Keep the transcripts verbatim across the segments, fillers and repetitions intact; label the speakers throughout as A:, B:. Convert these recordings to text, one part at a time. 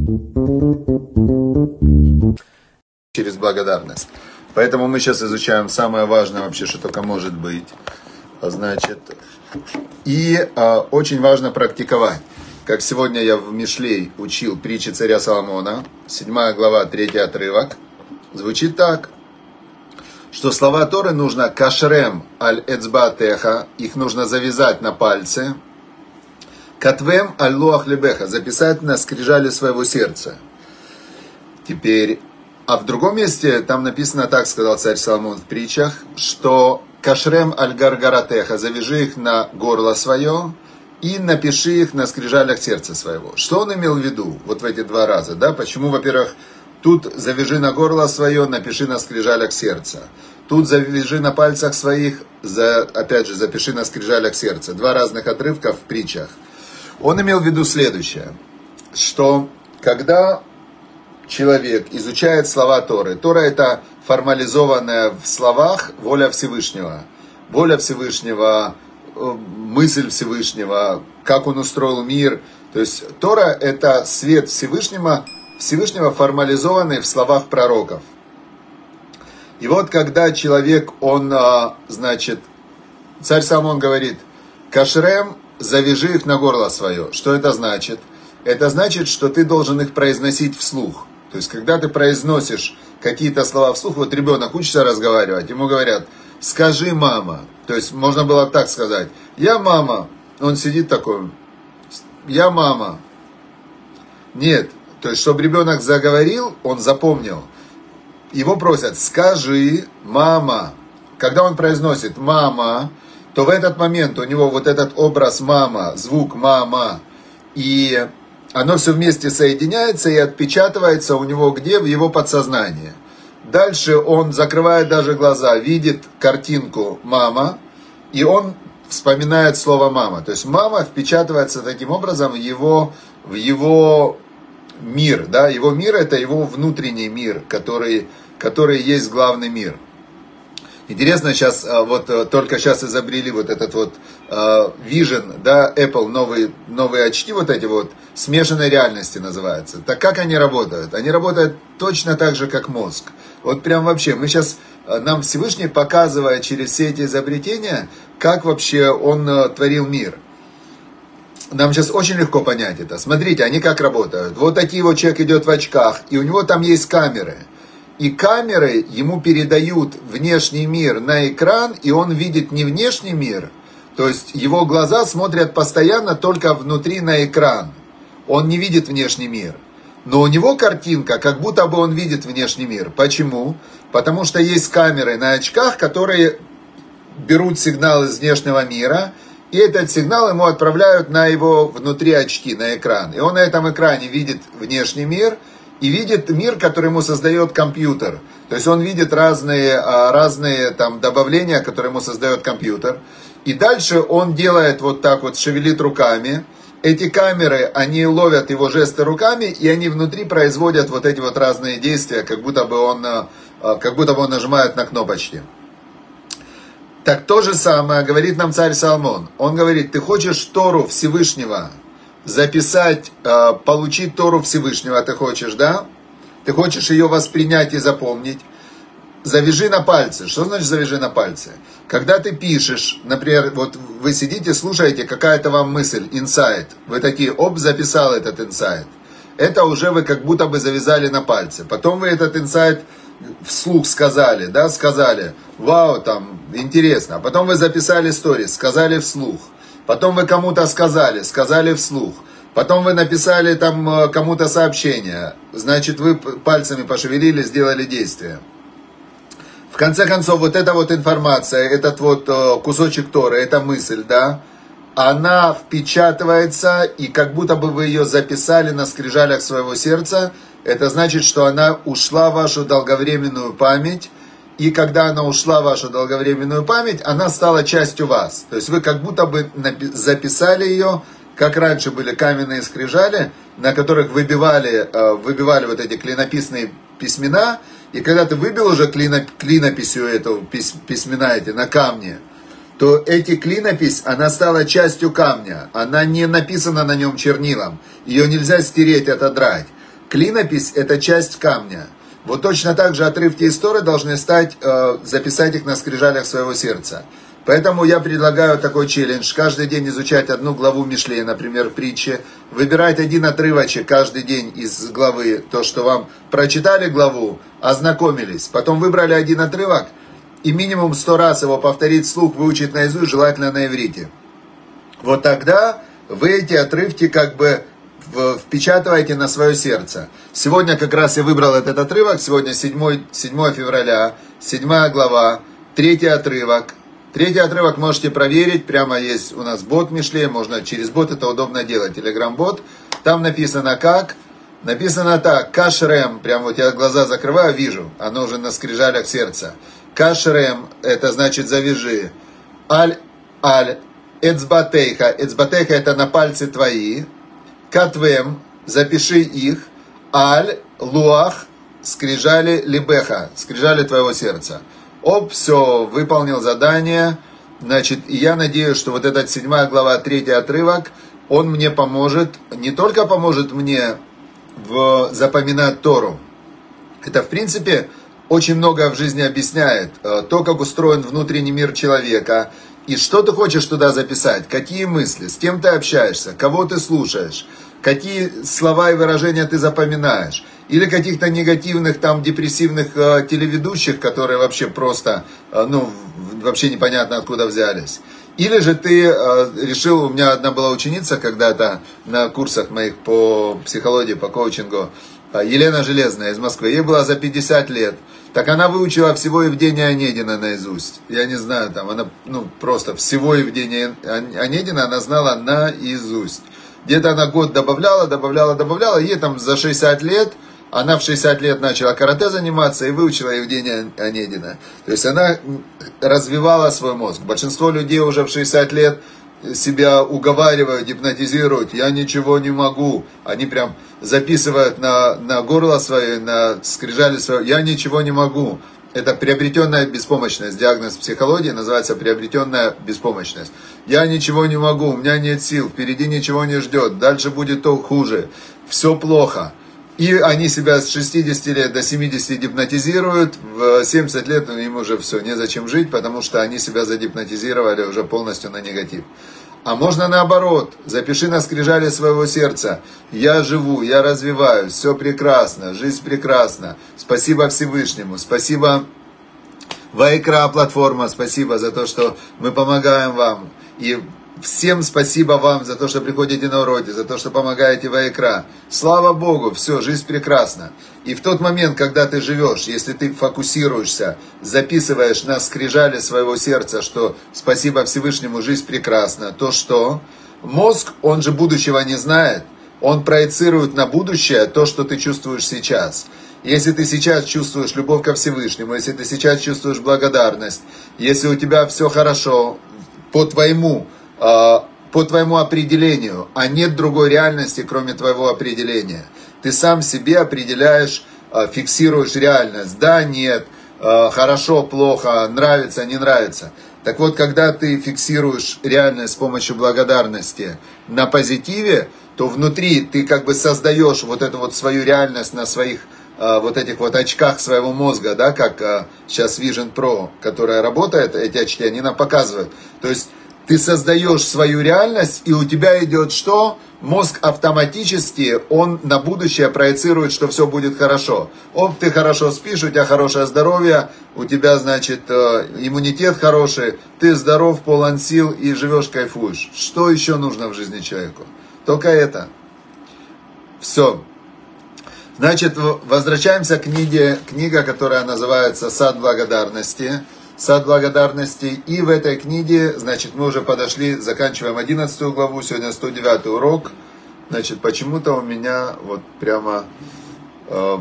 A: Через благодарность. Поэтому мы сейчас изучаем самое важное вообще, что только может быть. Значит, и а, очень важно практиковать. Как сегодня я в Мишлей учил притчи царя Соломона, седьмая глава, третий отрывок, звучит так, что слова Торы нужно кашрем аль эцбаатеха, их нужно завязать на пальце, катвем аль луах лебеха, записать на скрижали своего сердца. Теперь, а в другом месте там написано так, сказал царь Соломон в притчах, что кашрем аль гаргаратеха, завяжи их на горло свое и напиши их на скрижалях сердца своего. Что он имел в виду вот в эти два раза, да? Почему, во-первых, тут завяжи на горло свое, напиши на скрижалях сердца. Тут завяжи на пальцах своих, за, опять же, запиши на скрижалях сердца. Два разных отрывка в притчах. Он имел в виду следующее, что когда человек изучает слова Торы, Тора это формализованная в словах воля Всевышнего. Воля Всевышнего, мысль Всевышнего, как он устроил мир. То есть Тора это свет Всевышнего, Всевышнего формализованный в словах пророков. И вот когда человек, он, значит, царь Соломон говорит, кашрем, завяжи их на горло свое. Что это значит? Это значит, что ты должен их произносить вслух. То есть, когда ты произносишь какие-то слова вслух, вот ребенок учится разговаривать, ему говорят, скажи мама. То есть, можно было так сказать, я мама. Он сидит такой, я мама. Нет. То есть, чтобы ребенок заговорил, он запомнил. Его просят, скажи мама. Когда он произносит мама, то в этот момент у него вот этот образ мама, звук мама, и оно все вместе соединяется и отпечатывается у него где? В его подсознании. Дальше он закрывает даже глаза, видит картинку мама, и он вспоминает слово мама. То есть мама впечатывается таким образом в его, в его мир. Да? Его мир это его внутренний мир, который, который есть главный мир. Интересно, сейчас, вот только сейчас изобрели вот этот вот Vision, да, Apple, новые, новые очки вот эти вот, смешанной реальности называется. Так как они работают? Они работают точно так же, как мозг. Вот прям вообще, мы сейчас, нам Всевышний показывает через все эти изобретения, как вообще он творил мир. Нам сейчас очень легко понять это. Смотрите, они как работают. Вот такие вот человек идет в очках, и у него там есть камеры. И камеры ему передают внешний мир на экран, и он видит не внешний мир, то есть его глаза смотрят постоянно только внутри на экран. Он не видит внешний мир. Но у него картинка, как будто бы он видит внешний мир. Почему? Потому что есть камеры на очках, которые берут сигнал из внешнего мира, и этот сигнал ему отправляют на его внутри очки, на экран. И он на этом экране видит внешний мир, и видит мир, который ему создает компьютер. То есть он видит разные, разные там добавления, которые ему создает компьютер. И дальше он делает вот так вот, шевелит руками. Эти камеры, они ловят его жесты руками, и они внутри производят вот эти вот разные действия, как будто бы он, как будто бы он нажимает на кнопочки. Так то же самое говорит нам царь Соломон. Он говорит, ты хочешь Тору Всевышнего записать, получить Тору Всевышнего ты хочешь, да? Ты хочешь ее воспринять и запомнить. Завяжи на пальце. Что значит завяжи на пальце? Когда ты пишешь, например, вот вы сидите, слушаете, какая-то вам мысль, инсайт. Вы такие, оп, записал этот инсайт. Это уже вы как будто бы завязали на пальце. Потом вы этот инсайт вслух сказали, да, сказали, вау, там, интересно. А потом вы записали сторис, сказали вслух. Потом вы кому-то сказали, сказали вслух. Потом вы написали там кому-то сообщение. Значит, вы пальцами пошевелили, сделали действие. В конце концов, вот эта вот информация, этот вот кусочек Торы, эта мысль, да, она впечатывается, и как будто бы вы ее записали на скрижалях своего сердца. Это значит, что она ушла в вашу долговременную память. И когда она ушла в вашу долговременную память, она стала частью вас. То есть вы как будто бы записали ее, как раньше были каменные скрижали, на которых выбивали, выбивали вот эти клинописные письмена. И когда ты выбил уже клинописью эту, письмена эти на камне, то эти клинопись, она стала частью камня. Она не написана на нем чернилом. Ее нельзя стереть, отодрать. Клинопись – это часть камня. Вот точно так же отрывки из Торы должны стать, э, записать их на скрижалях своего сердца. Поэтому я предлагаю такой челлендж. Каждый день изучать одну главу Мишлей, например, притчи. Выбирать один отрывочек каждый день из главы. То, что вам прочитали главу, ознакомились. Потом выбрали один отрывок и минимум сто раз его повторить вслух, выучить наизусть, желательно на иврите. Вот тогда вы эти отрывки как бы впечатываете на свое сердце. Сегодня как раз я выбрал этот отрывок. Сегодня седьмое февраля, седьмая глава, третий отрывок. Третий отрывок можете проверить, прямо есть у нас бот Мишлей, можно через бот, это удобно делать, телеграм-бот. Там написано как? Написано так, кашрем, прямо вот я глаза закрываю, вижу, оно уже на скрижалях сердца. Кашрем, это значит завяжи. Аль, аль, эцбатейха, эцбатейха это на пальцы твои. Катвем, запиши их. Аль, луах, скрижали либеха, скрижали твоего сердца. Оп, все, выполнил задание. Значит, и я надеюсь, что вот этот седьмая глава, третий отрывок, он мне поможет, не только поможет мне в запоминать Тору. Это, в принципе, очень многое в жизни объясняет. То, как устроен внутренний мир человека. И что ты хочешь туда записать, какие мысли, с кем ты общаешься, кого ты слушаешь, какие слова и выражения ты запоминаешь. Или каких-то негативных, там, депрессивных э, телеведущих, которые вообще просто, э, ну, вообще непонятно откуда взялись. Или же ты э, решил, у меня одна была ученица когда-то на курсах моих по психологии, по коучингу, э, Елена Железная из Москвы, ей было за пятьдесят лет. Так она выучила всего Евгения Онегина наизусть. Я не знаю, там, она, ну, просто всего Евгения Онегина она знала наизусть. Где-то она год добавляла, добавляла, добавляла, ей там за шестьдесят лет, она в шестьдесят лет начала карате заниматься и выучила Евгения Онегина. То есть она развивала свой мозг. Большинство людей уже в шестьдесят лет себя уговаривают, гипнотизируют. Я ничего не могу. Они прям записывают на, на горло свое, на скрижали свое. Я ничего не могу. Это приобретенная беспомощность. Диагноз в психологии называется приобретенная беспомощность. Я ничего не могу, у меня нет сил, впереди ничего не ждет, дальше будет то хуже. Все плохо. И они себя с шестидесяти лет до семидесяти гипнотизируют, в семьдесят лет им уже все, незачем жить, потому что они себя загипнотизировали уже полностью на негатив. А можно наоборот, запиши на скрижали своего сердца, я живу, я развиваюсь, все прекрасно, жизнь прекрасна, спасибо Всевышнему, спасибо Вайкра платформа, спасибо за то, что мы помогаем вам. И всем спасибо вам за то, что приходите на уроки, за то, что помогаете Вайкра. Слава Богу, все, жизнь прекрасна. И в тот момент, когда ты живешь, если ты фокусируешься, записываешь на скрижали своего сердца, что спасибо Всевышнему, жизнь прекрасна, то что? Мозг, он же будущего не знает, он проецирует на будущее то, что ты чувствуешь сейчас. Если ты сейчас чувствуешь любовь ко Всевышнему, если ты сейчас чувствуешь благодарность, если у тебя все хорошо, по твоему, по твоему определению, а нет другой реальности, кроме твоего определения. Ты сам себе определяешь, фиксируешь реальность. Да, нет, хорошо, плохо, нравится, не нравится. Так вот, когда ты фиксируешь реальность с помощью благодарности на позитиве, то внутри ты как бы создаешь вот эту вот свою реальность на своих вот этих вот очках своего мозга, да, как сейчас Vision Pro, которая работает, эти очки, они нам показывают. То есть ты создаешь свою реальность, и у тебя идет что? Мозг автоматически, он на будущее проецирует, что все будет хорошо. Оп, ты хорошо спишь, у тебя хорошее здоровье, у тебя, значит, иммунитет хороший, ты здоров, полон сил и живешь, кайфуешь. Что еще нужно в жизни человеку? Только это. Все. Значит, возвращаемся к книге, книга, которая называется «Сад благодарности». Сад благодарности. И в этой книге, значит, мы уже подошли, заканчиваем одиннадцатую главу, сегодня сто девятый урок. Значит, почему-то у меня вот прямо э,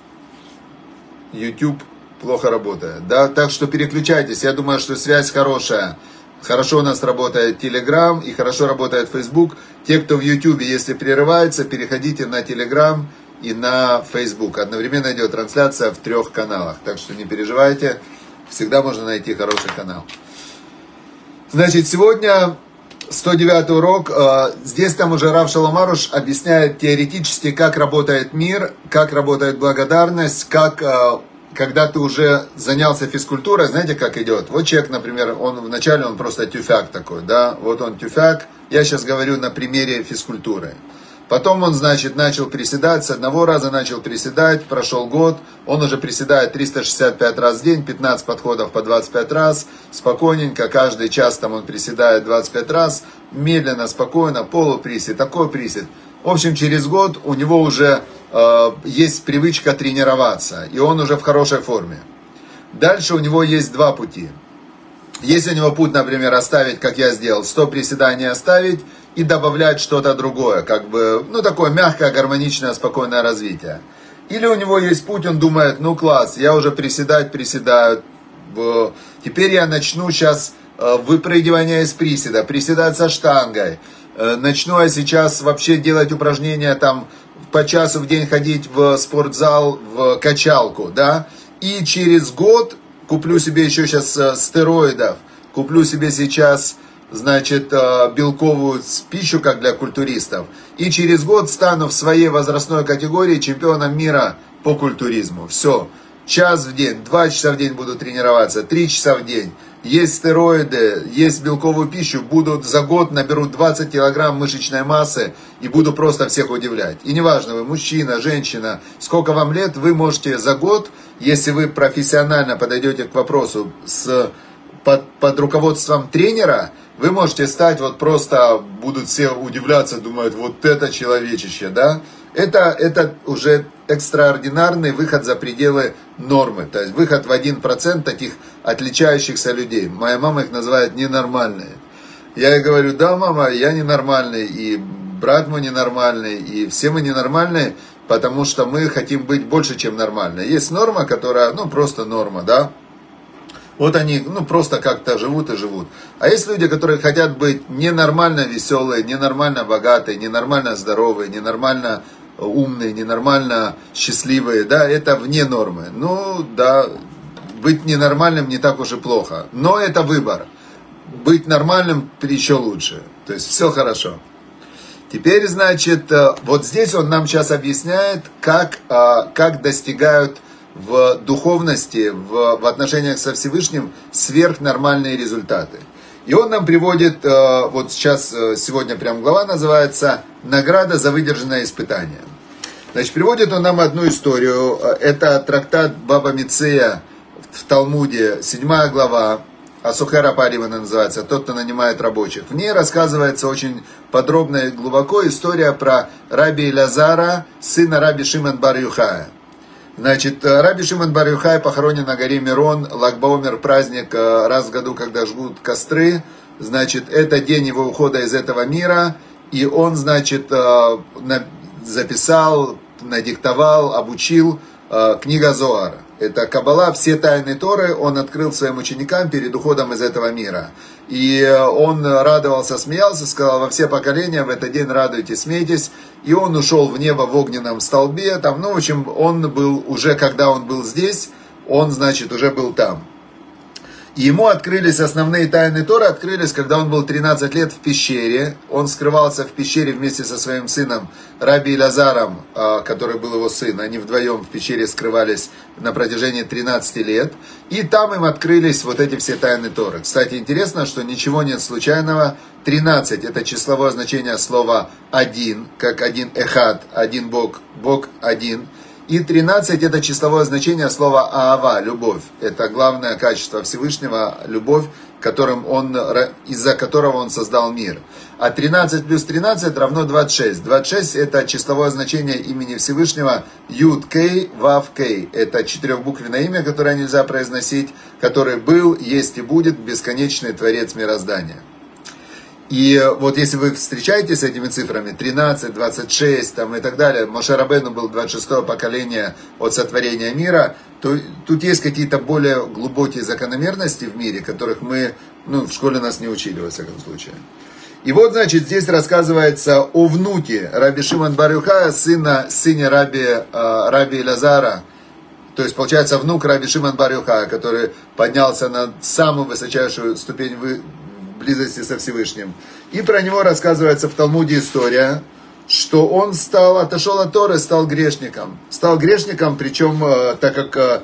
A: YouTube плохо работает. Да? Так что переключайтесь, я думаю, что связь хорошая. Хорошо у нас работает Telegram и хорошо работает Facebook. Те, кто в YouTube, если прерывается, переходите на Telegram и на Facebook. Одновременно идет трансляция в трех каналах. Так что не переживайте. Всегда можно найти хороший канал. Значит, сегодня сто девятый урок. Здесь там уже Рав Шолом Аруш объясняет теоретически, как работает мир, как работает благодарность, как, когда ты уже занялся физкультурой, знаете, как идет? Вот человек, например, он вначале он просто тюфяк такой, да, вот он тюфяк. Я сейчас говорю на примере физкультуры. Потом он, значит, начал приседать, с одного раза начал приседать, прошел год, он уже приседает триста шестьдесят пять раз в день, пятнадцать подходов по двадцать пять раз, спокойненько, каждый час там он приседает двадцать пять раз, медленно, спокойно, полуприсед, такой присед. В общем, через год у него уже э, есть привычка тренироваться, и он уже в хорошей форме. Дальше у него есть два пути. Есть у него путь, например, оставить, как я сделал, сто приседаний оставить, и добавлять что-то другое, как бы, ну, такое мягкое, гармоничное, спокойное развитие. Или у него есть путь, он думает, ну, класс, я уже приседать, приседаю, теперь я начну сейчас выпрыгивание из приседа, приседать со штангой, начну я сейчас вообще делать упражнения, там, по часу в день ходить в спортзал, в качалку, да, и через год куплю себе еще сейчас стероидов, куплю себе сейчас, значит, белковую пищу, как для культуристов. И через год стану в своей возрастной категории чемпионом мира по культуризму. Все. Час в день, два часа в день буду тренироваться, три часа в день. Есть стероиды, есть белковую пищу, буду за год наберу двадцать килограмм мышечной массы и буду просто всех удивлять. И неважно, вы мужчина, женщина, сколько вам лет, вы можете за год, если вы профессионально подойдете к вопросу с, под, под руководством тренера, вы можете стать, вот просто будут все удивляться, думают, вот это человечище, да? Это, это уже экстраординарный выход за пределы нормы, то есть выход в один процент таких отличающихся людей. Моя мама их называет ненормальные. Я ей говорю, да, мама, я ненормальный, и брат мой ненормальный, и все мы ненормальные, потому что мы хотим быть больше, чем нормальные. Есть норма, которая, ну, просто норма, да? Вот они, ну, просто как-то живут и живут. А есть люди, которые хотят быть ненормально веселые, ненормально богатые, ненормально здоровые, ненормально умные, ненормально счастливые, да, это вне нормы. Ну, да, быть ненормальным не так уж и плохо. Но это выбор. Быть нормальным еще лучше. То есть все хорошо. Теперь, значит, вот здесь он нам сейчас объясняет, как, как достигают в духовности, в, в отношениях со Всевышним сверхнормальные результаты. И он нам приводит, вот сейчас, сегодня прям глава называется «Награда за выдержанное испытание». Значит, приводит он нам одну историю. Это трактат Баба Меция в Талмуде, седьмая глава, Асухера Паривана называется, тот, кто нанимает рабочих. В ней рассказывается очень подробно и глубоко история про Раби Элязара, сына Раби Шимон бар Юхая. Значит, Раби Шимон бар Юхай похоронен на горе Мирон, Lag BaOmer, праздник раз в году, когда жгут костры. Значит, это день его ухода из этого мира. И он, значит, записал, надиктовал, обучил книга Зоар. Это Каббала, все тайны Торы он открыл своим ученикам перед уходом из этого мира. И он радовался, смеялся, сказал, во все поколения в этот день радуйтесь, смейтесь. И он ушел в небо в огненном столбе. Там, ну, в общем, он был уже, когда он был здесь, он, значит, уже был там. И ему открылись основные тайны Торы, открылись, когда он был тринадцать лет в пещере. Он скрывался в пещере вместе со своим сыном Раби Элязаром, который был его сын. Они вдвоем в пещере скрывались на протяжении тринадцати лет. И там им открылись вот эти все тайны Торы. Кстати, интересно, что ничего нет случайного. тринадцать – это числовое значение слова «один», как один эхад, один Бог, Бог один. И тринадцать – это числовое значение слова «аава», любовь. Это главное качество Всевышнего, любовь, которым он, из-за которого он создал мир. А тринадцать плюс тринадцать равно двадцать шесть. двадцать шесть – это числовое значение имени Всевышнего Юд Кей Вав Кей. Это четырехбуквенное имя, которое нельзя произносить, который был, есть и будет бесконечный Творец мироздания. И вот если вы встречаетесь с этими цифрами, тринадцать, двадцать шесть там, и так далее, Моше Рабейну был двадцать шестое поколение от сотворения мира, то тут есть какие-то более глубокие закономерности в мире, которых мы, ну, в школе нас не учили, во всяком случае. И вот, значит, здесь рассказывается о внуке Раби Шимон бар Юхая, сына, сыне Раби, Раби Элязара, то есть, получается, внук Раби Шимон бар Юхая, который поднялся на самую высочайшую ступень вы близости со Всевышним. И про него рассказывается в Талмуде история, что он стал, отошел от Торы, стал грешником. Стал грешником, причем, так как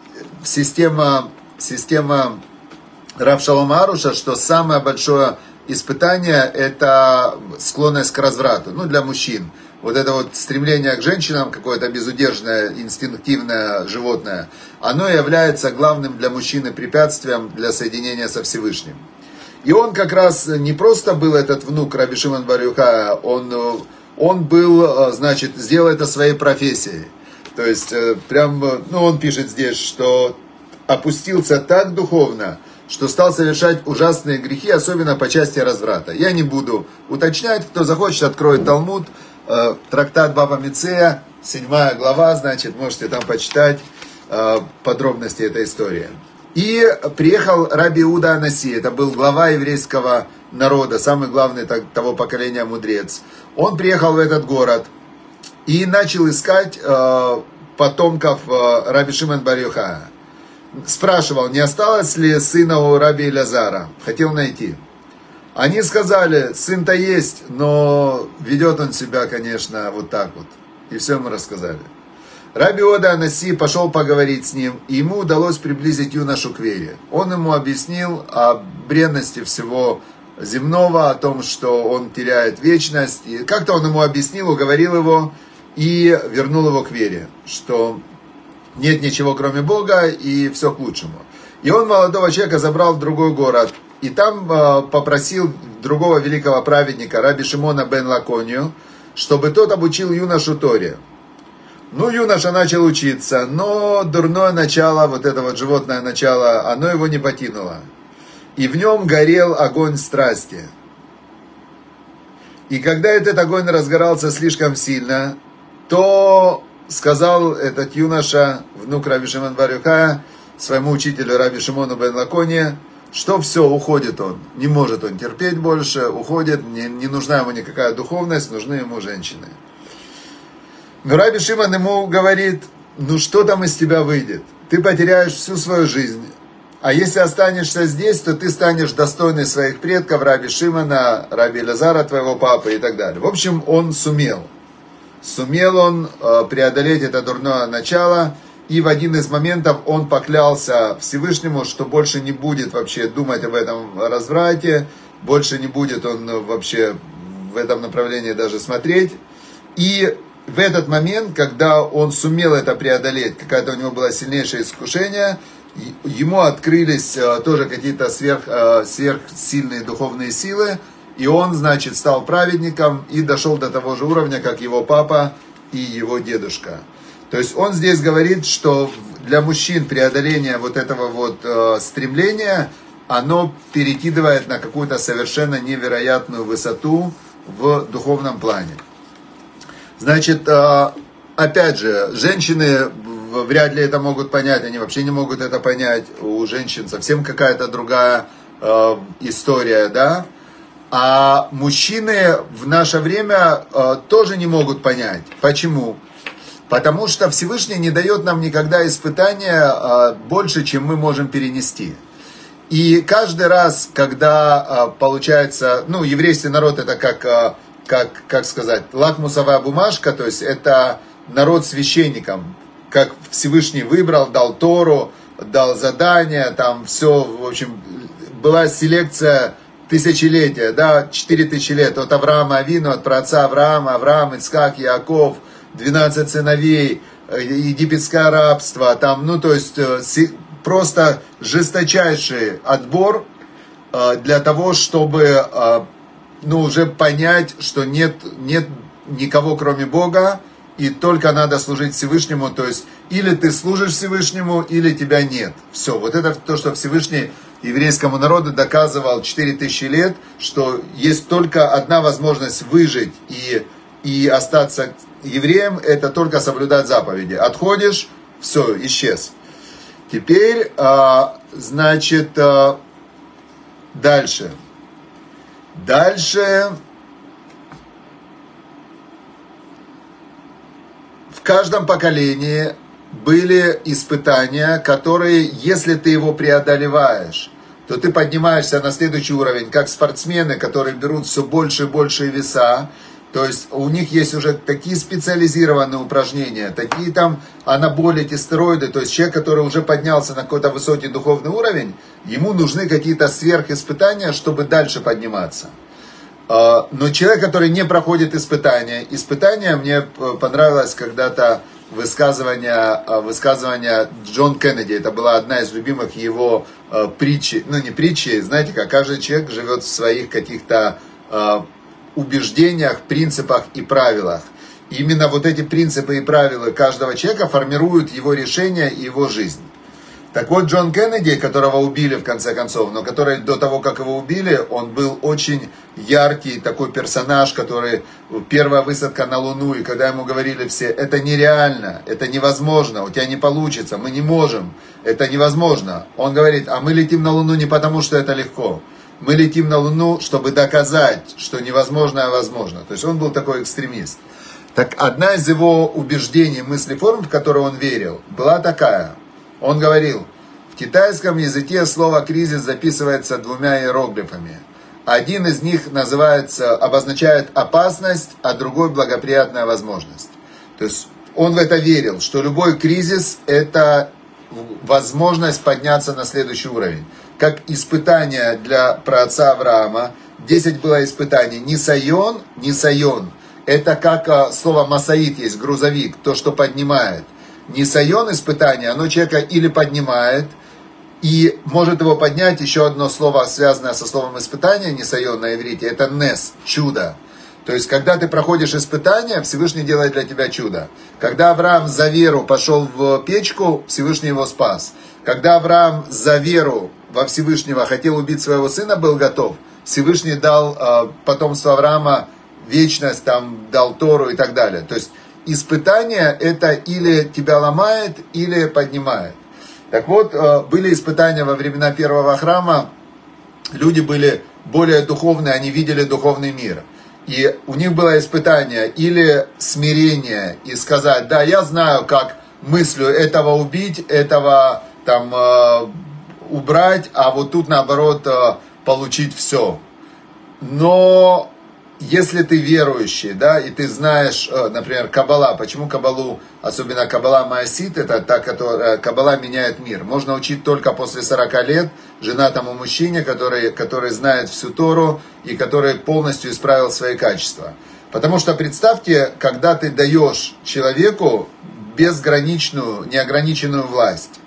A: система, система Рав Шалома Аруша, что самое большое испытание – это склонность к разврату, ну, для мужчин. Вот это вот стремление к женщинам, какое-то безудержное, инстинктивное животное, оно является главным для мужчины препятствием для соединения со Всевышним. И он как раз не просто был этот внук Раби Шимон бар Йохая, он, он был, значит, сделал это своей профессией. То есть, прям, ну, он пишет здесь, что опустился так духовно, что стал совершать ужасные грехи, особенно по части разврата. Я не буду уточнять, кто захочет, откроет Талмуд, трактат Баба Мецея, седьмая глава, значит, можете там почитать подробности этой истории. И приехал Раби Иуда Анаси, это был глава еврейского народа, самый главный того поколения мудрец. Он приехал в этот город и начал искать потомков Раби Шимон бар Йохая. Спрашивал, не осталось ли сына у Раби Элязара, хотел найти. Они сказали, сын-то есть, но ведет он себя, конечно, вот так вот. И все ему рассказали. Раби Иуда Анаси пошел поговорить с ним, и ему удалось приблизить юношу к вере. Он ему объяснил о бренности всего земного, о том, что он теряет вечность. И как-то он ему объяснил, уговорил его и вернул его к вере, что нет ничего кроме Бога и все к лучшему. И он молодого человека забрал в другой город. И там э, попросил другого великого праведника, Раби Шимона бен Лаконию, чтобы тот обучил юношу Торе. Ну, юноша начал учиться, но дурное начало, вот это вот животное начало, оно его не покинуло. И в нем горел огонь страсти. И когда этот огонь разгорался слишком сильно, то сказал этот юноша, внук Раби Шимон бар Йохая, своему учителю Раби Шимону бен Лаконию, что все, уходит он, не может он терпеть больше, уходит, не, не нужна ему никакая духовность, нужны ему женщины. Но Раби Шимон ему говорит, ну что там из тебя выйдет? Ты потеряешь всю свою жизнь, а если останешься здесь, то ты станешь достойный своих предков, Раби Шимона, Раби Элязара, твоего папы и так далее. В общем, он сумел. Сумел он преодолеть это дурное начало. И в один из моментов он поклялся Всевышнему, что больше не будет вообще думать об этом разврате, больше не будет он вообще в этом направлении даже смотреть. И в этот момент, когда он сумел это преодолеть, какое-то у него было сильнейшее искушение, ему открылись тоже какие-то сверх, сверхсильные духовные силы, и он, значит, стал праведником и дошел до того же уровня, как его папа и его дедушка. То есть он здесь говорит, что для мужчин преодоление вот этого вот э, стремления, оно перекидывает на какую-то совершенно невероятную высоту в духовном плане. Значит, э, опять же, женщины вряд ли это могут понять, они вообще не могут это понять, у женщин совсем какая-то другая э, история, да? А мужчины в наше время э, тоже не могут понять. Почему? Потому что Всевышний не дает нам никогда испытания а, больше, чем мы можем перенести. И каждый раз, когда а, получается, ну, еврейский народ это как, а, как, как сказать, лакмусовая бумажка, то есть это народ священникам, как Всевышний выбрал, дал Тору, дал задания, там все, в общем, была селекция тысячелетия, да, четыре тысячи лет от Авраама Авину, от праотца Авраама, Авраам, Ицхак, Яаков, двенадцать сыновей, египетское рабство, там, ну, то есть, просто жесточайший отбор для того, чтобы, ну, уже понять, что нет, нет никого, кроме Бога, и только надо служить Всевышнему, то есть, или ты служишь Всевышнему, или тебя нет. Все, вот это то, что Всевышний еврейскому народу доказывал четыре тысячи лет, что есть только одна возможность выжить и, и остаться евреем, это только соблюдать заповеди. Отходишь, все, исчез. Теперь, значит, дальше. Дальше в каждом поколении были испытания, которые, если ты его преодолеваешь, то ты поднимаешься на следующий уровень, как спортсмены, которые берут все больше и больше веса. То есть у них есть уже такие специализированные упражнения, такие там анаболики, стероиды. То есть человек, который уже поднялся на какой-то высокий духовный уровень, ему нужны какие-то сверхиспытания, чтобы дальше подниматься. Но человек, который не проходит испытания, испытания, мне понравилось когда-то высказывание, высказывание Джон Кеннеди. Это была одна из любимых его притчи, ну не притчи, знаете, как каждый человек живет в своих каких-то убеждениях, принципах и правилах. И именно вот эти принципы и правила каждого человека формируют его решение и его жизнь. Так вот, Джон Кеннеди, которого убили в конце концов, но который до того, как его убили, он был очень яркий такой персонаж, который первая высадка на Луну, и когда ему говорили все, это нереально, это невозможно, у тебя не получится, мы не можем, это невозможно. Он говорит, а мы летим на Луну не потому, что это легко. Мы летим на Луну, чтобы доказать, что невозможное возможно. То есть он был такой экстремист. Так одна из его убеждений, мыслей, форм, в которые он верил, была такая. Он говорил, в китайском языке слово «кризис» записывается двумя иероглифами. Один из них называется, обозначает опасность, а другой благоприятная возможность. То есть он в это верил, что любой кризис – это возможность подняться на следующий уровень. Как испытание для праотца Авраама. Десять было испытаний. Нисайон, нисайон. Это как слово масаид есть, грузовик, то, что поднимает. Нисайон испытание, оно человека или поднимает, и может его поднять, еще одно слово, связанное со словом испытание, нисайон на иврите, это нес, чудо. То есть, когда ты проходишь испытание, Всевышний делает для тебя чудо. Когда Авраам за веру пошел в печку, Всевышний его спас. Когда Авраам за веру во Всевышнего хотел убить своего сына, был готов, Всевышний дал э, потомству Авраама вечность, там, дал Тору и так далее. То есть, испытание это или тебя ломает, или поднимает. Так вот, э, были испытания во времена первого храма, люди были более духовные, они видели духовный мир. И у них было испытание или смирение, и сказать, да, я знаю, как мыслью этого убить, этого там э, убрать, а вот тут наоборот э, получить все. Но если ты верующий, да, и ты знаешь, э, например, Каббала, почему Каббалу, особенно Каббала Маасит, это та, которая, Каббала меняет мир. Можно учить только после сорока лет женатому мужчине, который, который знает всю Тору и который полностью исправил свои качества. Потому что представьте, когда ты даешь человеку безграничную, неограниченную власть,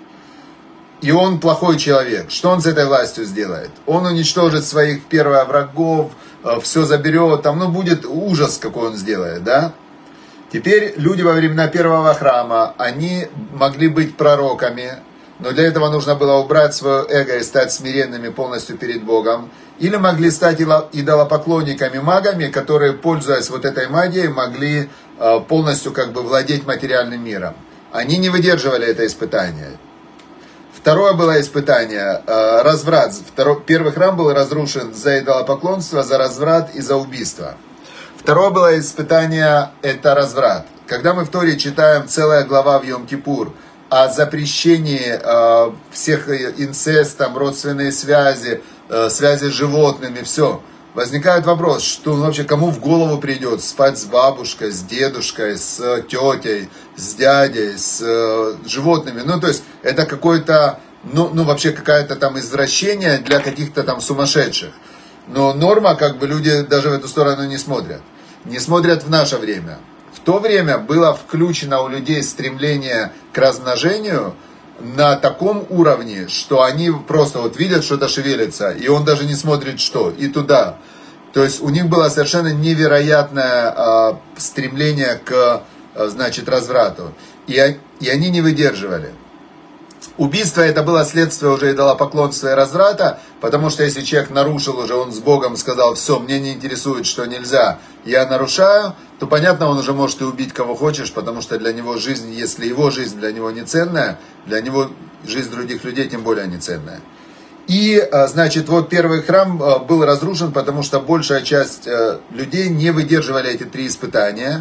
A: и он плохой человек, что он с этой властью сделает? Он уничтожит своих первых врагов, все заберет, там, ну, будет ужас, какой он сделает, да? Теперь люди во времена первого храма, они могли быть пророками, но для этого нужно было убрать свое эго и стать смиренными полностью перед Богом. Или могли стать идолопоклонниками, магами, которые, пользуясь вот этой магией, могли полностью как бы владеть материальным миром. Они не выдерживали это испытание. Второе было испытание, разврат. Второй, первый храм был разрушен за идолопоклонство, за разврат и за убийство. Второе было испытание, это разврат. Когда мы в Торе читаем целая глава в Йом-Кипур о запрещении э, всех инцестов, родственные связи, э, связи с животными, все. Возникает вопрос, что вообще кому в голову придет спать с бабушкой, с дедушкой, с тетей, с дядей, с э, животными. Ну, то есть, это какое-то, ну, ну, вообще какое-то там извращение для каких-то там сумасшедших. Но норма, как бы люди даже в эту сторону не смотрят. Не смотрят в наше время. В то время было включено у людей стремление к размножению на таком уровне, что они просто вот видят, что-то шевелится, и он даже не смотрит что, и туда. То есть у них было совершенно невероятное э, стремление к, э, значит, разврату. И, и они не выдерживали. Убийство это было следствие уже идолопоклонства и разврата, потому что если человек нарушил уже, он с Богом сказал, все, мне не интересует, что нельзя, я нарушаю, то понятно, он уже может и убить кого хочешь, потому что для него жизнь, если его жизнь для него не ценная, для него жизнь других людей тем более не ценная. И, значит, вот первый храм был разрушен, потому что большая часть людей не выдерживали эти три испытания.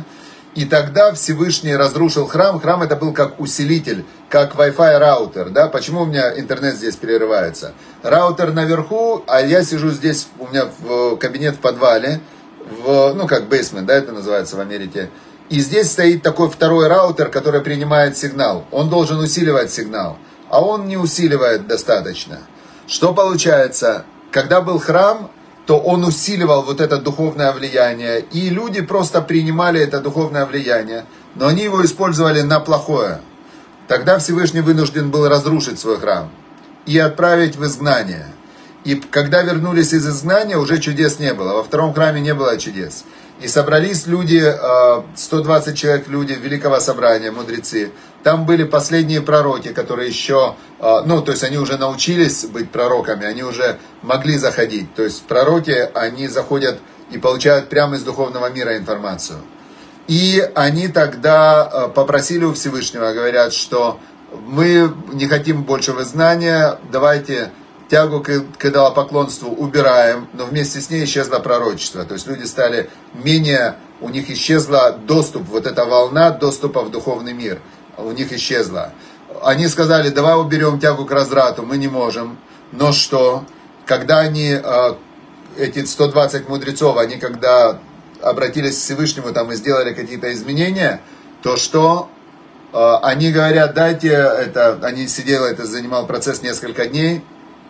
A: И тогда Всевышний разрушил храм. Храм это был как усилитель, как Wi-Fi раутер. Да? Почему у меня интернет здесь перерывается? Раутер наверху, а я сижу здесь, у меня в кабинет в подвале, в, ну как бейсмент, да, это называется в Америке. И здесь стоит такой второй раутер, который принимает сигнал. Он должен усиливать сигнал, а он не усиливает достаточно. Что получается? Когда был храм, то он усиливал вот это духовное влияние, и люди просто принимали это духовное влияние, но они его использовали на плохое. Тогда Всевышний вынужден был разрушить свой храм и отправить в изгнание. И когда вернулись из изгнания, уже чудес не было. Во втором храме не было чудес. И собрались люди, сто двадцать человек, люди Великого Собрания, мудрецы. Там были последние пророки, которые еще, ну, то есть они уже научились быть пророками, они уже могли заходить. То есть пророки, они заходят и получают прямо из духовного мира информацию. И они тогда попросили у Всевышнего, говорят, что мы не хотим большего знания, давайте тягу к идолопоклонству убираем, но вместе с ней исчезло пророчество. То есть люди стали менее, у них исчезла доступ, вот эта волна доступа в духовный мир, у них исчезла. Они сказали, давай уберем тягу к разврату, мы не можем. Но что? Когда они, эти сто двадцать мудрецов, они когда обратились к Всевышнему там, и сделали какие-то изменения, то что? Они говорят, дайте это, они сидели, это занимал процесс несколько дней,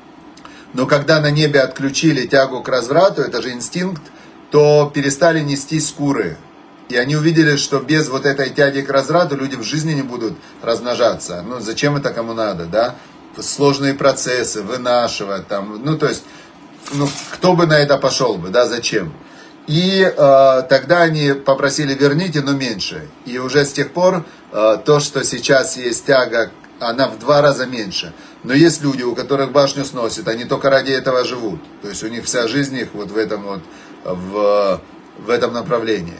A: но когда на небе отключили тягу к разврату, это же инстинкт, то перестали нестись куры. И они увидели, что без вот этой тяги к разврату люди в жизни не будут размножаться. Ну, зачем это кому надо, да? Сложные процессы, вынашивать там. Ну, то есть, ну, кто бы на это пошел бы, да, зачем? И э, тогда они попросили, верните, но меньше. И уже с тех пор э, то, что сейчас есть тяга, она в два раза меньше. Но есть люди, у которых башню сносит, они только ради этого живут. То есть у них вся жизнь их вот в этом вот, в, в этом направлении.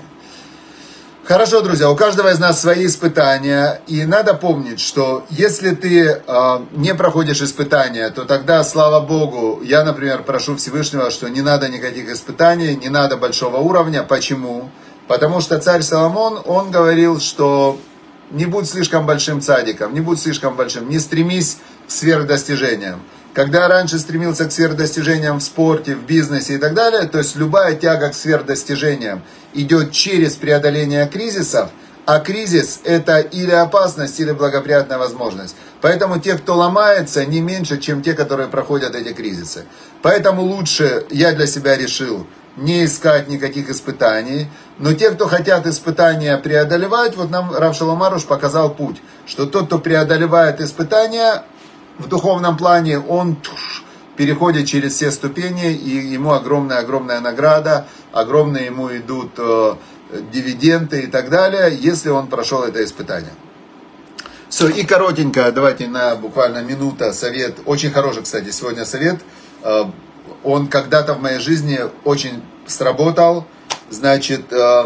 A: Хорошо, друзья, у каждого из нас свои испытания. И надо помнить, что если ты э, не проходишь испытания, то тогда, слава Богу, я, например, прошу Всевышнего, что не надо никаких испытаний, не надо большого уровня. Почему? Потому что царь Соломон, он говорил, что не будь слишком большим цадиком, не будь слишком большим, не стремись к сверхдостижениям. Когда раньше стремился к сверхдостижениям в спорте, в бизнесе и так далее, то есть любая тяга к сверхдостижениям идет через преодоление кризисов, а кризис это или опасность, или благоприятная возможность. Поэтому те, кто ломается, не меньше, чем те, которые проходят эти кризисы. Поэтому лучше, я для себя решил, не искать никаких испытаний. Но те, кто хотят испытания преодолевать, вот нам Рав Шолом Аруш показал путь, что тот, кто преодолевает испытания в духовном плане, он туш, переходит через все ступени, и ему огромная-огромная награда, огромные ему идут э, дивиденды и так далее, если он прошел это испытание. Все, и коротенько, давайте на буквально минута совет, очень хороший, кстати, сегодня совет, э, он когда-то в моей жизни очень сработал. Значит, э,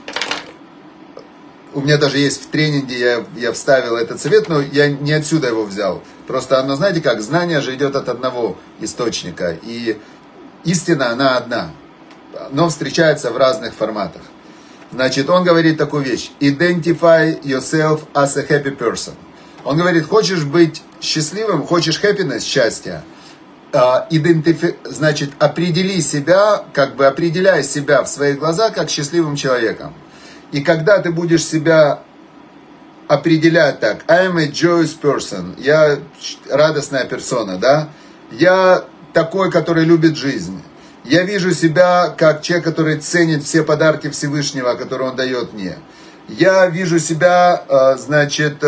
A: у меня даже есть в тренинге, я, я вставил этот совет, но я не отсюда его взял. Просто оно, знаете как, знание же идет от одного источника. И истина, она одна, но встречается в разных форматах. Значит, он говорит такую вещь. Identify yourself as a happy person. Он говорит, хочешь быть счастливым, хочешь happiness, счастье, Идентифи... значит, определи себя, как бы определяй себя в своих глазах как счастливым человеком. И когда ты будешь себя определять так, I am a joyous person, я радостная персона, да, я такой, который любит жизнь, я вижу себя как человек, который ценит все подарки Всевышнего, которые он дает мне, я вижу себя, значит,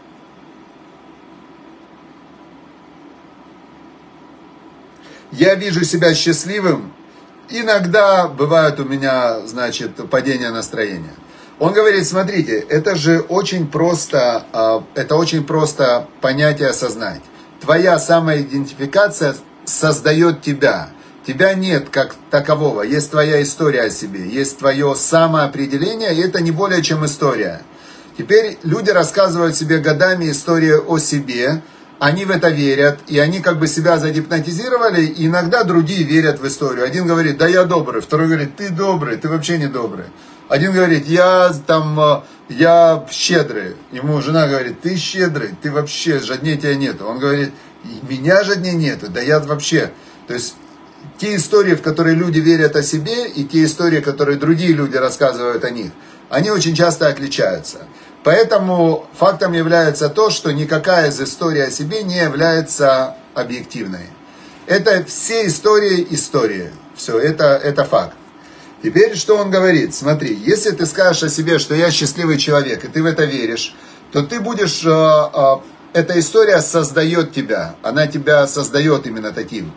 A: я вижу себя счастливым, иногда бывают у меня, значит, падения настроения. Он говорит, смотрите, это же очень просто, это очень просто понятие осознать. Твоя самоидентификация создает тебя. Тебя нет как такового, есть твоя история о себе, есть твое самоопределение, и это не более чем история. Теперь люди рассказывают себе годами историю о себе, они в это верят, и они как бы себя загипнотизировали, и иногда другие верят в историю. Один говорит, да я добрый, второй говорит, ты добрый, ты вообще не добрый. Один говорит, я там, я щедрый. Ему жена говорит, ты щедрый, ты вообще, жаднее тебя нету. Он говорит, меня жаднее нету, да я вообще. То есть те истории, в которые люди верят о себе, и те истории, которые другие люди рассказывают о них, они очень часто отличаются. Поэтому фактом является то, что никакая из историй о себе не является объективной. Это все истории истории. Все, это, это факт. Теперь, что он говорит? Смотри, если ты скажешь о себе, что я счастливый человек, и ты в это веришь, то ты будешь... Э, э, эта история создает тебя. Она тебя создает именно таким.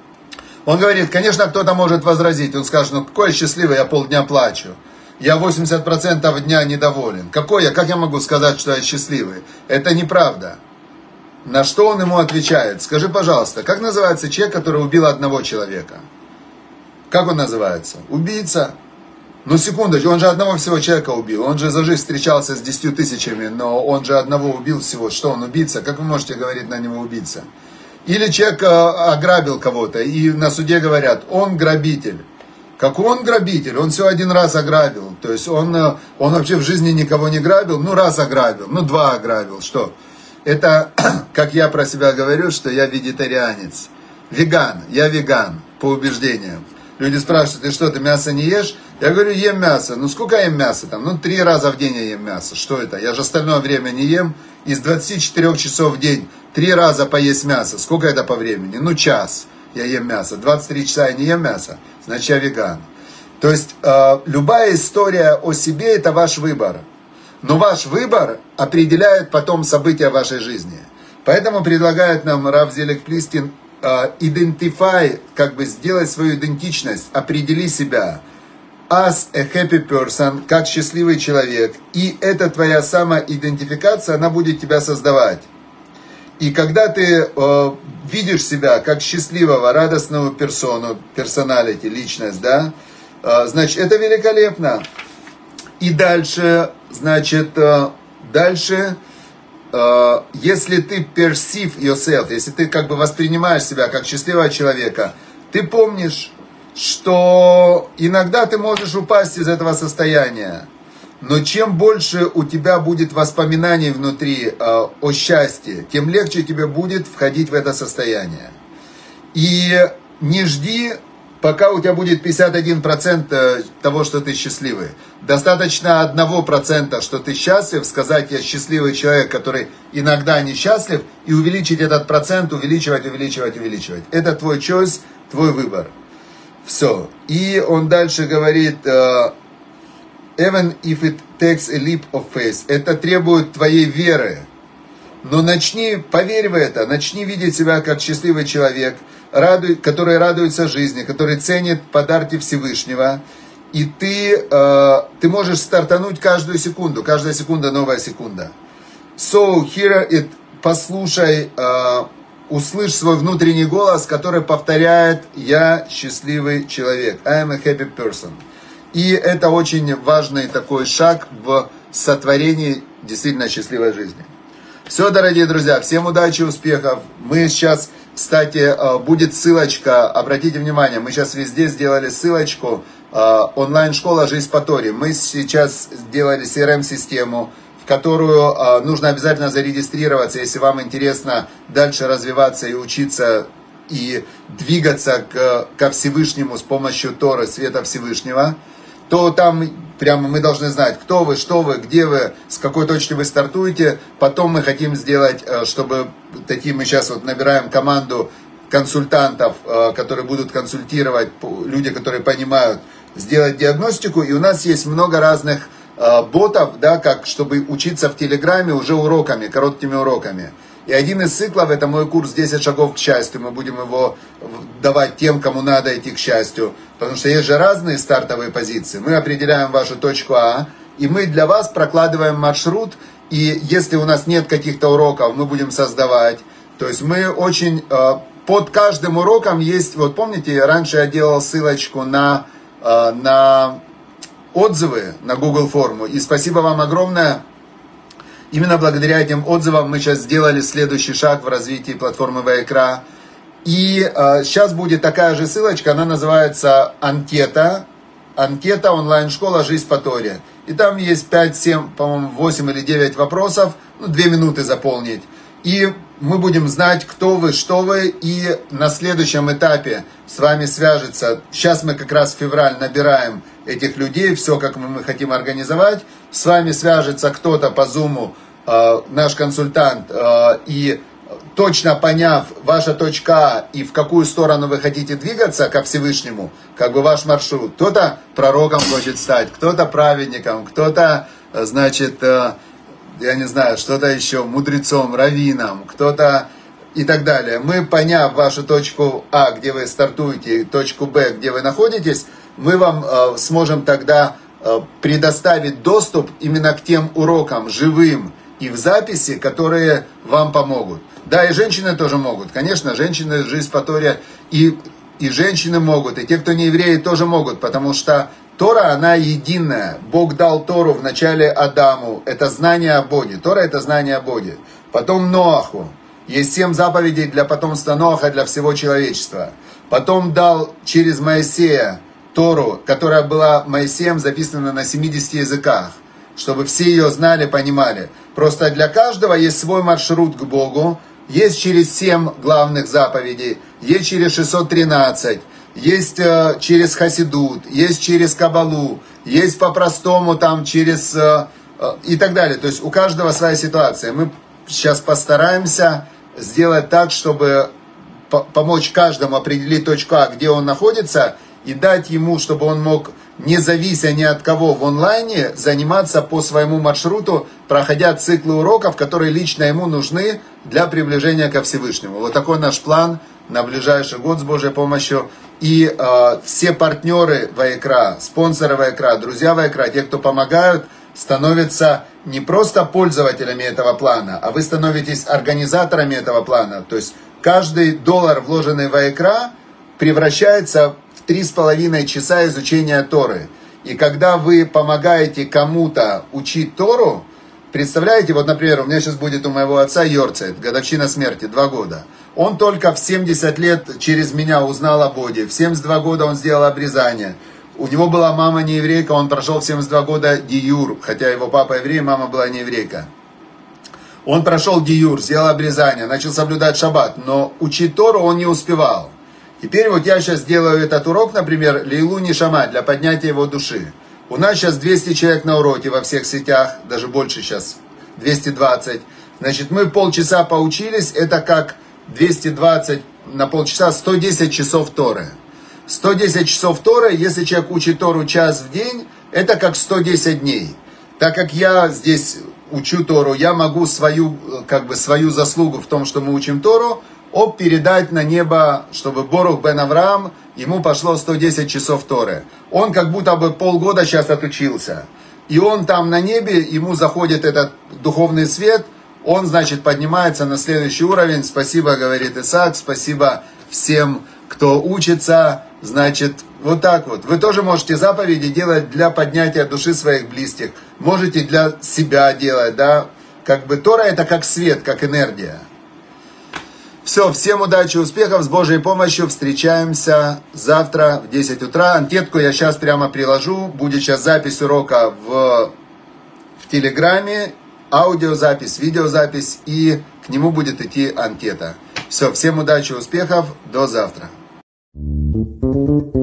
A: Он говорит, конечно, кто-то может возразить. Он скажет, ну какой я счастливый, я полдня плачу. Я восемьдесят процентов дня недоволен. Какой я? Как я могу сказать, что я счастливый? Это неправда. На что он ему отвечает? Скажи, пожалуйста, как называется человек, который убил одного человека? Как он называется? Убийца. Ну, секундочку, он же одного всего человека убил. Он же за жизнь встречался с десятью тысячами, но он же одного убил всего. Что он, убийца? Как вы можете говорить на него убийца? Или человек ограбил кого-то, и на суде говорят, он грабитель. Как он грабитель? Он всего один раз ограбил. То есть он, он вообще в жизни никого не грабил. Ну, раз ограбил, ну, два ограбил. Что? Это, как я про себя говорю, что я вегетарианец. Веган. Я веган, по убеждениям. Люди спрашивают, ты что, ты мясо не ешь? Я говорю, ем мясо. Ну, сколько я ем мясо? Там, ну, три раза в день я ем мясо. Что это? Я же остальное время не ем. Из двадцати четырёх часов в день три раза поесть мясо. Сколько это по времени? Ну, час я ем мясо. двадцать три часа я не ем мясо. Значит, я веган. То есть, э, любая история о себе – это ваш выбор. Но ваш выбор определяет потом события вашей жизни. Поэтому предлагает нам Рав Зелек Плистин identify, как бы сделать свою идентичность, определи себя as a happy person, как счастливый человек. И эта твоя самоидентификация, она будет тебя создавать. И когда ты э, видишь себя как счастливого, радостного персону, персоналити, личность, да, э, значит, это великолепно. И дальше, значит, э, дальше... если ты perceive yourself, если ты как бы воспринимаешь себя как счастливого человека, ты помнишь, что иногда ты можешь упасть из этого состояния. Но чем больше у тебя будет воспоминаний внутри э, о счастье, тем легче тебе будет входить в это состояние. И не жди, пока у тебя будет пятьдесят один процент того, что ты счастливый. Достаточно одного процента, что ты счастлив, сказать, я счастливый человек, который иногда несчастлив, и увеличить этот процент, увеличивать, увеличивать, увеличивать. Это твой choice, твой выбор. Все. И он дальше говорит, even if it takes a leap of faith, это требует твоей веры. Но начни, поверь в это, начни видеть себя как счастливый человек, радуй, который радуется жизни, который ценит подарки Всевышнего. И ты, э, ты можешь стартануть каждую секунду, каждая секунда новая секунда. So, hear it, послушай, э, услышь свой внутренний голос, который повторяет «Я счастливый человек». I am a happy person. И это очень важный такой шаг в сотворении действительно счастливой жизни. Все, дорогие друзья, всем удачи, успехов. Мы сейчас, кстати, будет ссылочка, обратите внимание, мы сейчас везде сделали ссылочку, онлайн-школа «Жизнь по Торе». Мы сейчас сделали си эр эм-систему, в которую нужно обязательно зарегистрироваться, если вам интересно дальше развиваться и учиться, и двигаться к, ко Всевышнему с помощью Торы, света Всевышнего, то там прямо мы должны знать, кто вы, что вы, где вы, с какой точки вы стартуете. Потом мы хотим сделать, чтобы такие, мы сейчас вот набираем команду консультантов, которые будут консультировать, люди, которые понимают, сделать диагностику. И у нас есть много разных ботов, да, как чтобы учиться в Телеграме уже уроками, короткими уроками. И один из циклов, это мой курс «десять шагов к счастью». Мы будем его давать тем, кому надо идти к счастью. Потому что есть же разные стартовые позиции. Мы определяем вашу точку А, и мы для вас прокладываем маршрут. И если у нас нет каких-то уроков, мы будем создавать. То есть мы очень... Под каждым уроком есть... Вот помните, раньше я делал ссылочку на, на отзывы, на Google форму. И спасибо вам огромное. Именно благодаря этим отзывам мы сейчас сделали следующий шаг в развитии платформы Вайкра. И э, сейчас будет такая же ссылочка, она называется анкета. анкета онлайн-школа «Жизнь по Торе». И там есть пять, семь, по-моему, восемь или девять вопросов, ну, две минуты заполнить. И мы будем знать, кто вы, что вы, и на следующем этапе с вами свяжется. Сейчас мы как раз в февраль набираем этих людей, все как мы, мы хотим организовать. С вами свяжется кто-то по зуму, э, наш консультант, э, и точно поняв ваша точка А и в какую сторону вы хотите двигаться ко Всевышнему, как бы ваш маршрут. Кто-то пророком хочет стать, кто-то праведником, кто-то, значит, я не знаю, что-то еще, мудрецом, раввином, кто-то и так далее. Мы, поняв вашу точку А, где вы стартуете, и точку Б, где вы находитесь, мы вам э, сможем тогда э, предоставить доступ именно к тем урокам живым и в записи, которые вам помогут. Да, и женщины тоже могут. Конечно, женщины, жизнь по Торе, и, и женщины могут, и те, кто не евреи, тоже могут, потому что Тора, она единая. Бог дал Тору вначале Адаму. Это знание о Боге. Тора – это знание о Боге. Потом Ноаху. Есть семь заповедей для потомства Ноаха, для всего человечества. Потом дал через Моисея Тору, которая была Моисеем записана на семидесяти языках, чтобы все ее знали, понимали. Просто для каждого есть свой маршрут к Богу. Есть через семь главных заповедей, есть через шестьсот тринадцать. Есть э, через Хасидут, есть через Кабалу, есть по-простому там через э, э, и так далее. То есть у каждого своя ситуация. Мы сейчас постараемся сделать так, чтобы по- помочь каждому определить точку А, где он находится, и дать ему, чтобы он мог, не завися ни от кого в онлайне, заниматься по своему маршруту, проходя циклы уроков, которые лично ему нужны для приближения ко Всевышнему. Вот такой наш план на ближайший год с Божьей помощью. И э, все партнеры Ваикра, спонсоры Ваикра, друзья Ваикра, те, кто помогают, становятся не просто пользователями этого плана, а вы становитесь организаторами этого плана. То есть каждый доллар, вложенный в Ваикра, превращается в три с половиной часа изучения Торы. И когда вы помогаете кому-то учить Тору, представляете, вот, например, у меня сейчас будет у моего отца Йорцайт, годовщина смерти, два года. Он только в семьдесят лет через меня узнал о Боге. В семьдесят два года он сделал обрезание. У него была мама не еврейка, он прошел в семьдесят два года диюр, хотя его папа еврей, мама была не еврейка. Он прошел диюр, сделал обрезание, начал соблюдать шаббат, но учить Тору он не успевал. Теперь вот я сейчас делаю этот урок, например, Лейлу Нишама, для поднятия его души. У нас сейчас двести человек на уроке во всех сетях, даже больше сейчас, двести двадцать. Значит, мы полчаса поучились, это как двести двадцать на полчаса, сто десять часов Торы. сто десять часов Торы, если человек учит Тору час в день, это как сто десять дней. Так как я здесь учу Тору, я могу свою, как бы, свою заслугу в том, что мы учим Тору, об передать на небо, чтобы Борух бен Авраам, ему пошло сто десять часов Торы. Он как будто бы полгода сейчас отучился. И он там на небе, ему заходит этот духовный свет, он, значит, поднимается на следующий уровень. Спасибо, говорит Исаак, спасибо всем, кто учится. Значит, вот так вот. Вы тоже можете заповеди делать для поднятия души своих близких. Можете для себя делать, да. Как бы Тора это как свет, как энергия. Все, всем удачи, успехов, с Божьей помощью. Встречаемся завтра в десять утра. Анкетку я сейчас прямо приложу. Будет сейчас запись урока в, в Телеграме. Аудиозапись, видеозапись, и к нему будет идти анкета. Все, всем удачи, успехов, до завтра.